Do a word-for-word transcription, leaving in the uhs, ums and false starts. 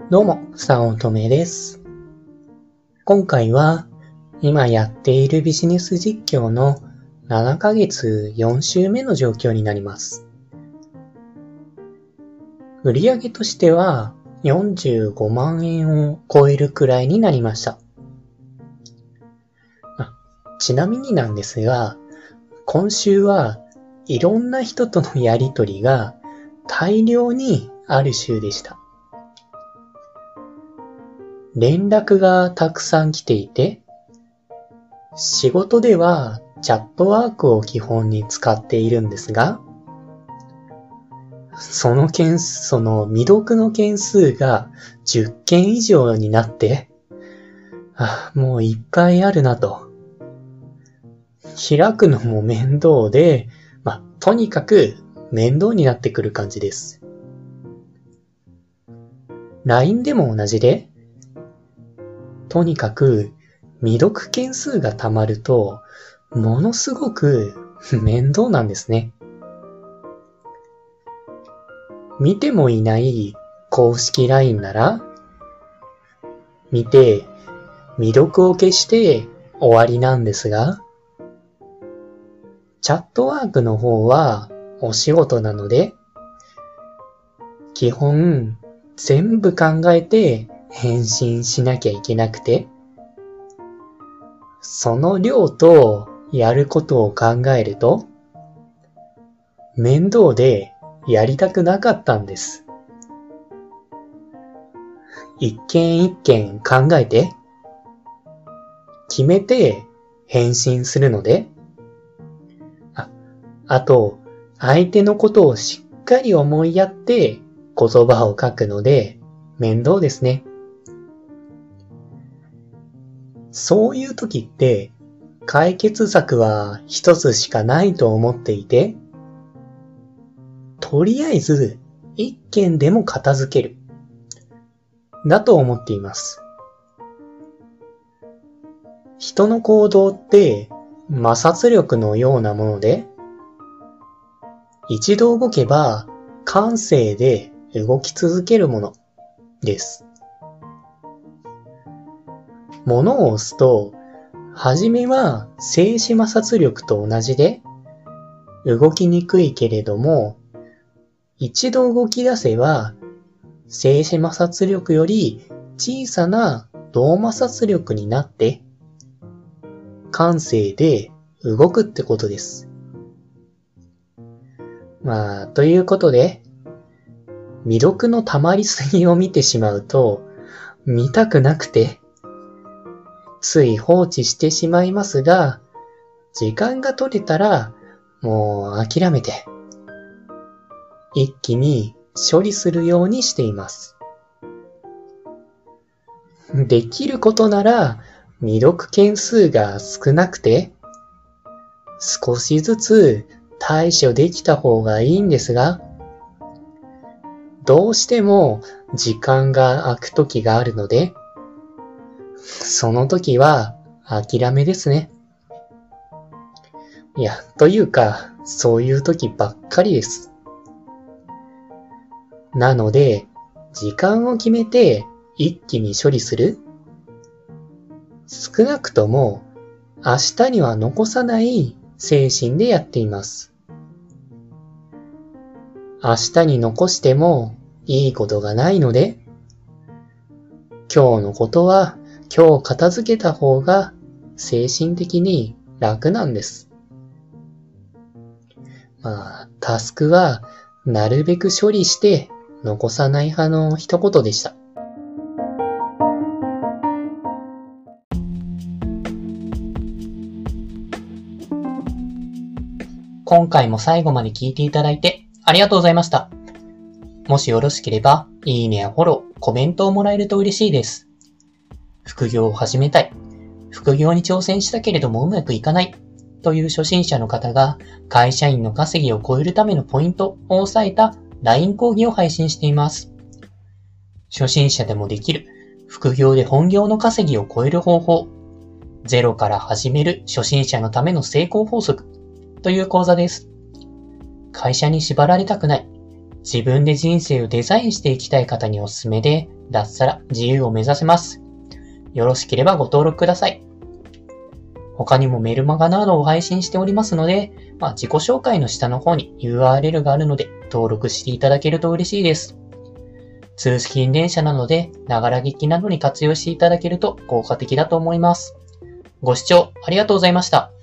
どうも、さおとめです。今回は、今やっているビジネス実況のななかげつよん週目の状況になります。売上としてはよんじゅうごまんえんを超えるくらいになりました。あ、ちなみになんですが、今週はいろんな人とのやりとりが大量にある週でした。連絡がたくさん来ていて、仕事ではチャットワークを基本に使っているんですが、その件数、その未読の件数がじゅっけん以上になって、あ、もういっぱいあるなと。開くのも面倒で、まあ、とにかく面倒になってくる感じです。ライン でも同じで、とにかく未読件数がたまるとものすごく面倒なんですね。見てもいない公式 ライン なら見て未読を消して終わりなんですが、チャットワークの方はお仕事なので基本全部考えて返信しなきゃいけなくて、その量とやることを考えると面倒でやりたくなかったんです。一件一件考えて決めて返信するので、あ、あと相手のことをしっかり思いやって言葉を書くので面倒ですね。そういう時って解決策は一つしかないと思っていて、とりあえず一件でも片付けるだと思っています。人の行動って摩擦力のようなもので、一度動けば感性で動き続けるものです。物を押すと、はじめは静止摩擦力と同じで、動きにくいけれども、一度動き出せば、静止摩擦力より小さな動摩擦力になって、感性で動くってことです。まあ、ということで、未読の溜まりすぎを見てしまうと、見たくなくて、つい放置してしまいますが、時間が取れたらもう諦めて一気に処理するようにしています。できることなら未読件数が少なくて少しずつ対処できた方がいいんですが、どうしても時間が空く時があるので、その時は諦めですね。いや、というか、そういう時ばっかりです。なので、時間を決めて一気に処理する。少なくとも明日には残さない精神でやっています。明日に残してもいいことがないので、今日のことは今日片付けた方が精神的に楽なんです。まあ、タスクはなるべく処理して残さない派の一言でした。今回も最後まで聞いていただいてありがとうございました。もしよろしければ、いいねやフォロー、コメントをもらえると嬉しいです。副業を始めたい、副業に挑戦したけれどもうまくいかないという初心者の方が会社員の稼ぎを超えるためのポイントを押さえた ライン 講義を配信しています。初心者でもできる副業で本業の稼ぎを超える方法、ゼロから始める初心者のための成功法則という講座です。会社に縛られたくない、自分で人生をデザインしていきたい方におすすめで、 脱サラ、自由を目指します。よろしければご登録ください。他にもメルマガなどを配信しておりますので、まあ、自己紹介の下の方に ユーアールエル があるので登録していただけると嬉しいです。通勤電車なので、ながら聞きなどに活用していただけると効果的だと思います。ご視聴ありがとうございました。